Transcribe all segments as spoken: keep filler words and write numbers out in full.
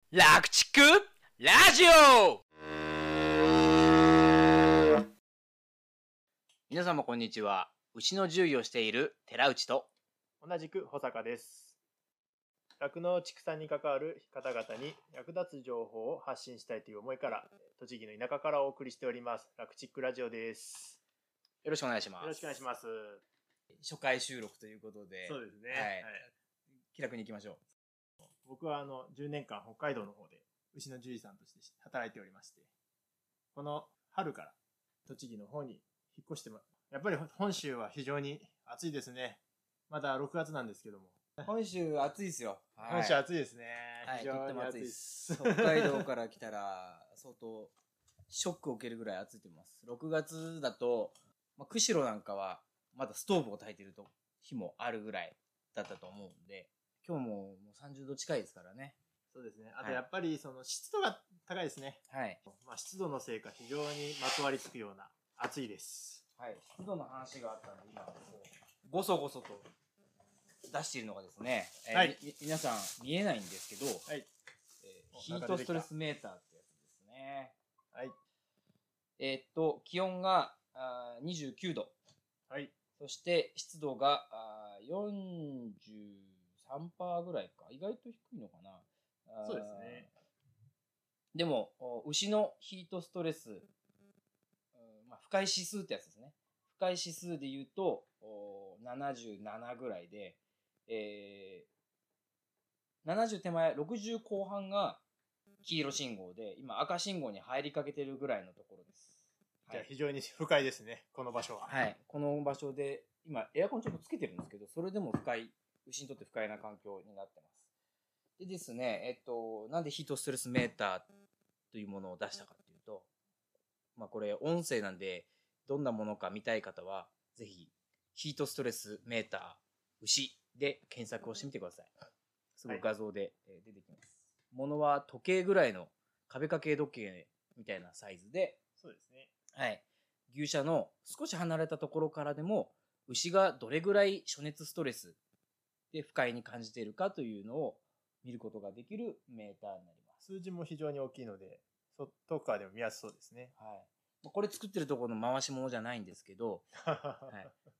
楽畜ラジオ。皆様こんにちは。牛の獣医をしている寺内と同じく保坂です。酪農畜産に関わる方々に役立つ情報を発信したいという思いから栃木の田舎からお送りしております楽チックラジオです。 よろしくお願いします。 よろしくお願いします。 初回収録ということで、 そうですね、 はいはい、 気楽に行きましょう。僕はあのじゅうねんかん北海道の方で牛の獣医さんとして働いておりまして、この春から栃木の方に引っ越してもやっぱり本州は非常に暑いですね。まだろくがつなんですけども、 本州暑いですよ。 はい、本州暑いですね、 はい、 非常に暑いで暑いです。 す。北海道から来たら相当ショックを受けるぐらい暑いと思います。ろくがつだと、まあ、釧路なんかはまだストーブを焚いてる日もあるぐらいだったと思うんで、今日ももうさんじゅうど近いですからね。 そうですね。あとやっぱりその湿度が高いですね。 はい。 まあ、湿度のせいか非常にまとわりつくような暑いです。 はい。湿度の話があったんで今こうごそごそと出しているのがですね、 はい、 えー、皆さん見えないんですけど、 はい、 えー、ヒートストレスメーターってやつですね。 はい。 えー、っと気温があにじゅうきゅうど。 はい。 そして湿度があ よんじゅうさんパーセント ぐらいか。意外と低いのかな。 そうですね。 でも牛のヒートストレス、まあ、不快指数ってやつですね。不快指数で言うとななじゅうななぐらいで、えー、ななじゅう手前ろくじゅう後半が黄色信号で今赤信号に入りかけてるぐらいのところです。 じゃあ非常に不快ですね、この場所は。 はい、この場所で今エアコンちょっとつけてるんですけど、それでも不快、牛にとって不快な環境になってます。でですね、えっとなんでヒートストレスメーターというものを出したかっていうと、まあこれ音声なんでどんなものか見たい方はぜひヒートストレスメーター牛で検索をしてみてください。すぐ画像で出てきます。ものは時計ぐらいの壁掛け時計みたいなサイズで、 そうですね。 はい。牛舎の少し離れたところからでも牛がどれぐらい暑熱ストレスで不快に感じているかというのを見ることができるメーターになります。 数字も非常に大きいので遠くからでも見やすそうですね。 はい。これ作ってるところの回し物じゃないんですけど、はい、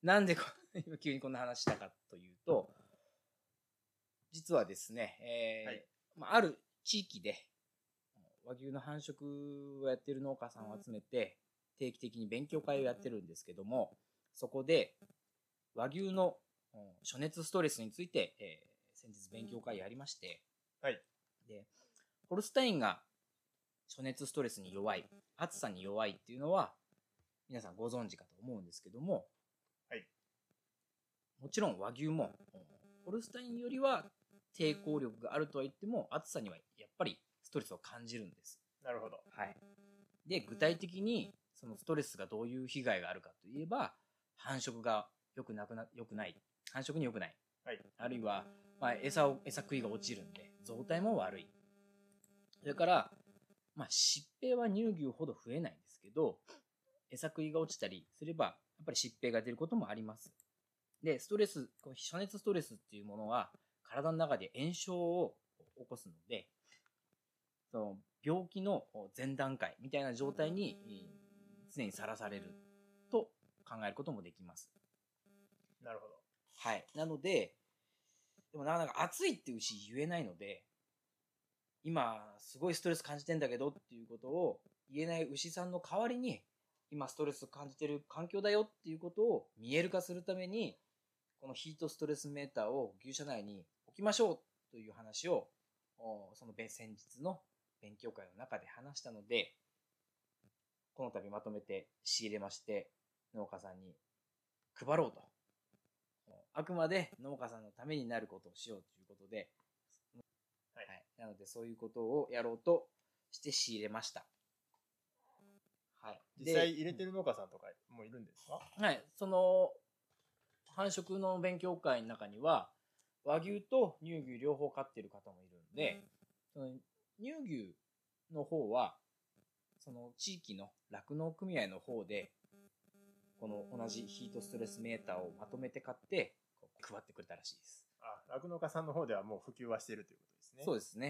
なんで急にこんな話したかというと、実はですね、えーはい、まあ、ある地域で和牛の繁殖をやってる農家さんを集めて定期的に勉強会をやってるんですけども、そこで和牛の暑熱ストレスについて、えー、先日勉強会やりまして、 はい、 でホルスタインが暑熱ストレスに弱い、暑さに弱いっていうのは皆さんご存知かと思うんですけども、 はい、 もちろん和牛もホルスタインよりは抵抗力があるとは言っても暑さにはやっぱりストレスを感じるんです。 なるほど。 はい。で、具体的にそのストレスがどういう被害があるかといえば、繁殖が良くなくな良くない、繁殖に良くない、 はい、 あるいは、まあ、餌を餌食いが落ちるんで増体も悪い。それから、まあ、疾病は乳牛ほど増えないんですけど、餌食いが落ちたりすればやっぱり疾病が出ることもあります。で、ストレス、暑熱ストレスっていうものは体の中で炎症を起こすので、その病気の前段階みたいな状態に常にさらされると考えることもできます。 なるほど。 はい。なので、でもなかなか暑いって牛言えないので、今すごいストレス感じてんだけどっていうことを言えない牛さんの代わりに、今ストレス感じてる環境だよっていうことを見える化するために、このヒートストレスメーターを牛舎内に置きましょうという話を、その先日の勉強会の中で話したので、この度まとめて仕入れまして、農家さんに配ろうと。あくまで農家さんのためになることをしようということで、はいはい、なのでそういうことをやろうとして仕入れました。 はい、実際入れてる農家さんとかもいるんですか？ はい、その繁殖の勉強会の中には和牛と乳牛両方飼ってる方もいるんで、その乳牛の方はその地域の酪農組合の方でこの同じヒートストレスメーターをまとめて買って配ってくれたらしいです。 あ、酪農家さんの方ではもう普及はしているということですね。 そうですね。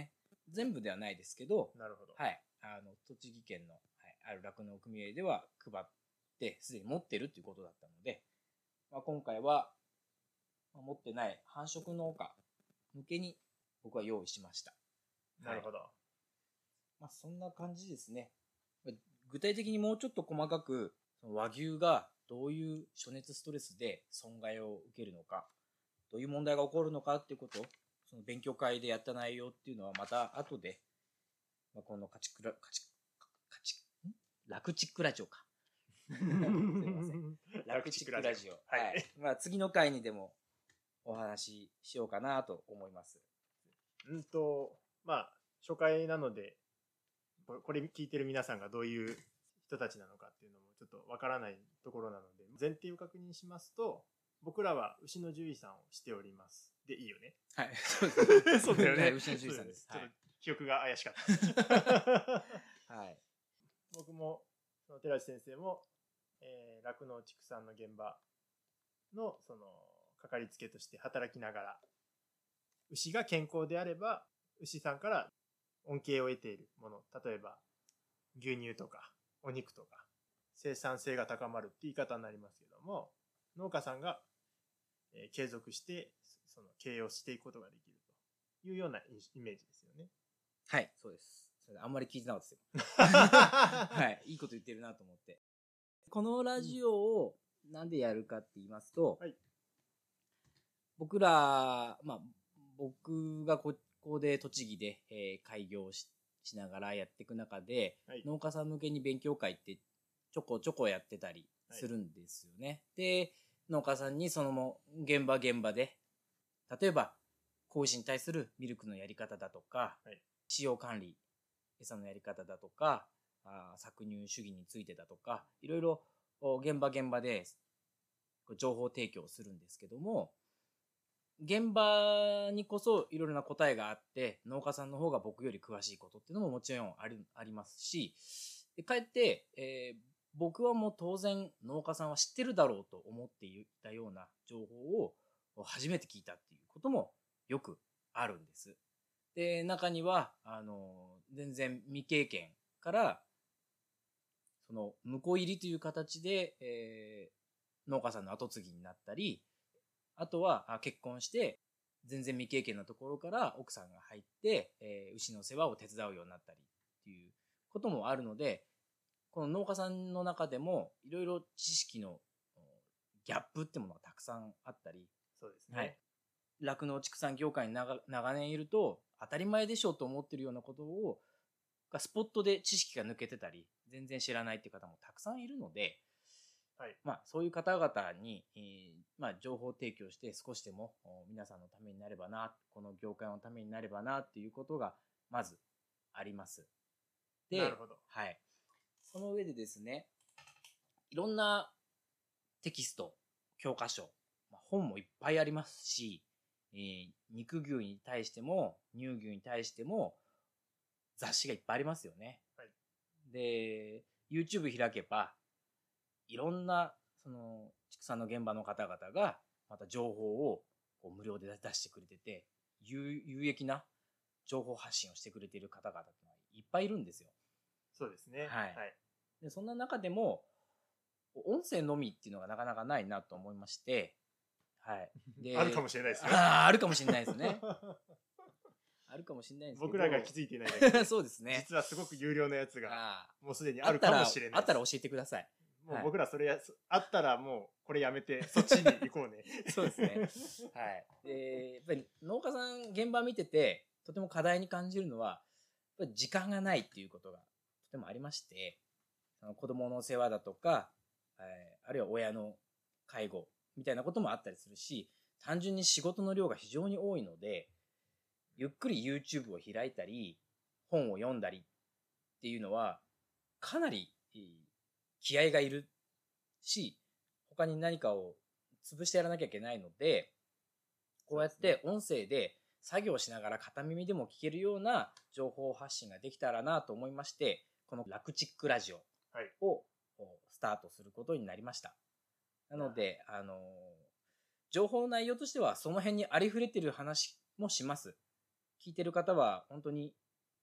全部ではないですけど、 なるほど。 はい、あの栃木県の、はい、ある酪農組合では配ってすでに持ってるっていうことだったので、まあ、今回は、まあ、持ってない繁殖農家向けに僕は用意しました。 なるほど。 はい、まあ、そんな感じですね。具体的にもうちょっと細かく、その和牛がどういう暑熱ストレスで損害を受けるのか、どういう問題が起こるのかっていうことを、その勉強会でやった内容っていうのはまた後で、まあ、このカチクラ、カチ、カチ、んラクチックラジオか。すいません。ラクチックラジオ。はい。はい、まあ次の回にでもお話ししようかなと思います。 うんと、まあ、初回なので、これ聞いてる皆さんがどういう人たちなのかっていうのもちょっとわからないところなので、前提を確認しますと、僕らは牛の獣医さんをしております。でいいよね。 はい。そうです。 そうだよね。 はい、牛の獣医さんです。 ちょっと記憶が怪しかった。はい。僕も、その寺内先生も、えー、酪農畜産の現場の、その、かかりつけとして働きながら、牛が健康であれば、牛さんから恩恵を得ているもの、例えば牛乳とかお肉とか生産性が高まるって言い方になりますけども、農家さんが、えー、継続してその経営をしていくことができるというようなイメージですよね。 はい、そうです。それあんまり聞いてなかったですよ。はい、いいこと言ってるなと思って。このラジオをなんでやるかって言いますと、はい、僕ら、まあ僕がここで栃木で、えー、開業 し, しながらやっていく中で、はい、農家さん向けに勉強会ってちょこちょこやってたりするんですよね。はい、で、農家さんにその現場現場で、例えば子牛に対するミルクのやり方だとか、はい、飼養管理、餌のやり方だとか、あ搾乳主義についてだとか、いろいろ現場現場で情報提供するんですけども、現場にこそいろいろな答えがあって、農家さんの方が僕より詳しいことっていうのももちろんあり、ありますし、でかえって、えー、僕はもう当然農家さんは知ってるだろうと思っていたような情報を初めて聞いたっていうこともよくあるんです。で、中には、あの、全然未経験から、その、婿入りという形で、えー、農家さんの後継ぎになったり、あとは結婚して全然未経験なところから奥さんが入って、えー、牛の世話を手伝うようになったりっていうこともあるので、この農家さんの中でもいろいろ知識のギャップってものがたくさんあったり、 そうですね。 酪農畜産業界に長, 長年いると当たり前でしょうと思ってるようなことをがスポットで知識が抜けてたり全然知らないっていう方もたくさんいるので、はい、まあ、そういう方々に、えーまあ、情報提供して少しでも皆さんのためになればな、この業界のためになればなっていうことがまずあります。で、 なるほど。 はい。その上でですね、いろんなテキスト、教科書、まあ、本もいっぱいありますし、えー、肉牛に対しても乳牛に対しても雑誌がいっぱいありますよね。はい、で、YouTube 開けばいろんなその畜産の現場の方々がまた情報をこう無料で出してくれてて、有, 有益な情報発信をしてくれている方々ってのはいっぱいいるんですよ。 そうですね。 はい。はい、でそんな中でも音声のみっていうのがなかなかないなと思いまして、はい。 であるかもしれないですよ。 ああるかもしれないですね。あるかもしれないですけど。 僕らが気づいていないだけで。 そうですね。 実はすごく有料なやつがもうすでにあるかもしれない。 あったら教えてください。 もう僕らそれや、はい、あったらもうこれやめてそっちに行こうね。 そうですね。はい。で、やっぱり農家さん現場見ててとても課題に感じるのは、やっぱり時間がないっていうことがとてもありまして、その子供の世話だとか、えー、あるいは親の介護みたいなこともあったりするし、単純に仕事の量が非常に多いので、ゆっくり YouTube を開いたり、本を読んだりっていうのは、かなり気合がいるし、他に何かを潰してやらなきゃいけないので、こうやって音声で作業しながら片耳でも聞けるような情報発信ができたらなと思いまして、このラクチックラジオをスタートすることになりました。なので、あの、情報の内容としてはその辺にありふれてる話もします。聞いてる方は本当に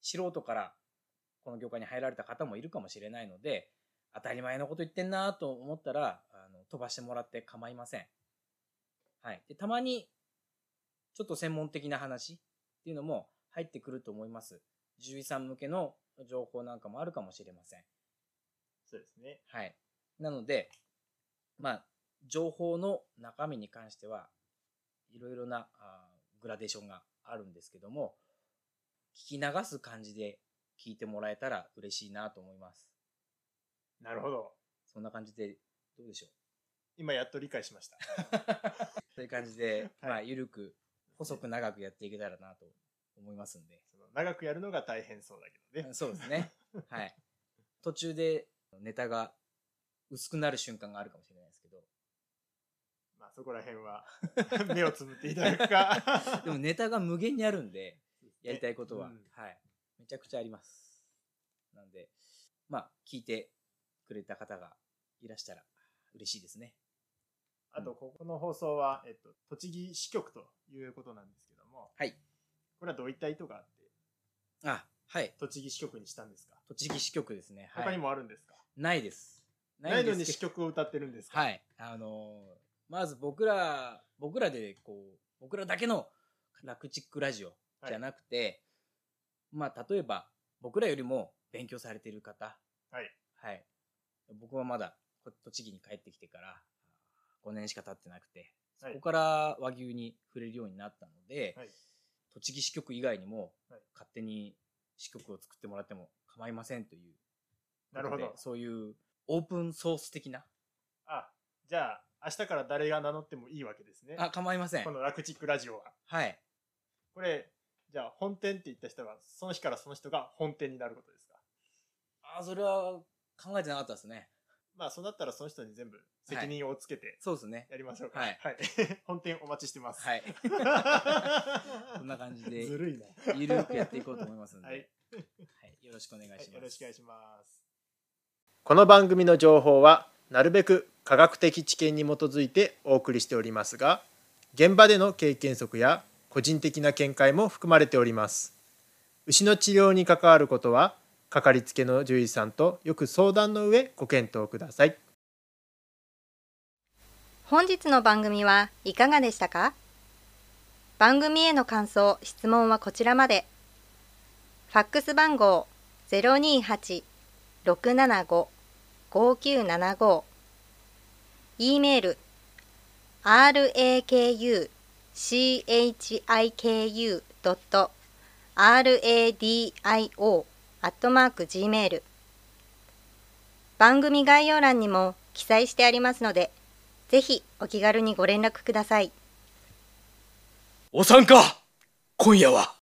素人からこの業界に入られた方もいるかもしれないので、当たり前のこと言ってんなと思ったらあの飛ばしてもらって構いません。はい。で、たまにちょっと専門的な話っていうのも入ってくると思います。獣医さん向けの情報なんかもあるかもしれません。 そうですね。 はい。なので、まあ、情報の中身に関してはいろいろなあグラデーションがあるんですけども、聞き流す感じで聞いてもらえたら嬉しいなと思います。 なるほど。 そんな感じでどうでしょう。 今やっと理解しました。 そういう感じで、 はい、 まあ、ゆるく細く長くやっていけたらなと思いますんで。 その長くやるのが大変そうだけどね。 そうですね。はい。途中でネタが薄くなる瞬間があるかもしれないですけど。 まあそこら辺は目をつぶっていただくか。 でもネタが無限にあるんで、やりたいことは、うん、はい。めちゃくちゃあります。なんで、まあ、聞いてくれた方がいらしたら嬉しいですね。 あと、ここの放送は、えっと、栃木支局ということなんですけども、 はい。 これはどういった意図があって、 あ、はい。 栃木支局にしたんですか？ 栃木支局ですね。 はい、他にもあるんですか？ ないです。 ないのに支局を歌ってるんですか？ はい。あのー、まず僕ら、僕らで、こう、僕らだけのラクチックラジオじゃなくて、はい、まあ、例えば、僕らよりも勉強されている方、 はい。 はい。僕はまだ、栃木に帰ってきてから、ごねんしか経ってなくて、そこから和牛に触れるようになったので、はい、栃木支局以外にも、勝手に支局を作ってもらっても構いませんという。 なるほど。 そういうオープンソース的な。 あ、じゃあ、明日から誰が名乗ってもいいわけですね。 あ、構いません。 このラクチックラジオは。 はい。 これ、じゃあ本店って言った人は、その日からその人が本店になることですか？ あ、それは考えてなかったですね。 まあ、そうなったらその人に全部責任をつけて、はい、 そうですね。 やりましょうか。 はい。 はい、本店お待ちしてます。 はい。こんな感じで、 ずるいな。 ゆるくやっていこうと思いますので、 はいはい、よろしくお願いします、はい。 よろしくお願いします。この番組の情報は、なるべく科学的知見に基づいてお送りしておりますが、現場での経験則や個人的な見解も含まれております。牛の治療に関わることは、かかりつけの獣医さんとよく相談の上ご検討ください。 本日の番組はいかがでしたか？番組への感想・質問はこちらまで。ファックス番号 ゼロにはち ろくななご ごきゅうななご E メール アールエーケーユーシーエイチアイケーユードットアールエーディーアイオー アットマーク ジーメール 番組概要欄にも記載してありますので、ぜひお気軽にご連絡ください。 お参加今夜は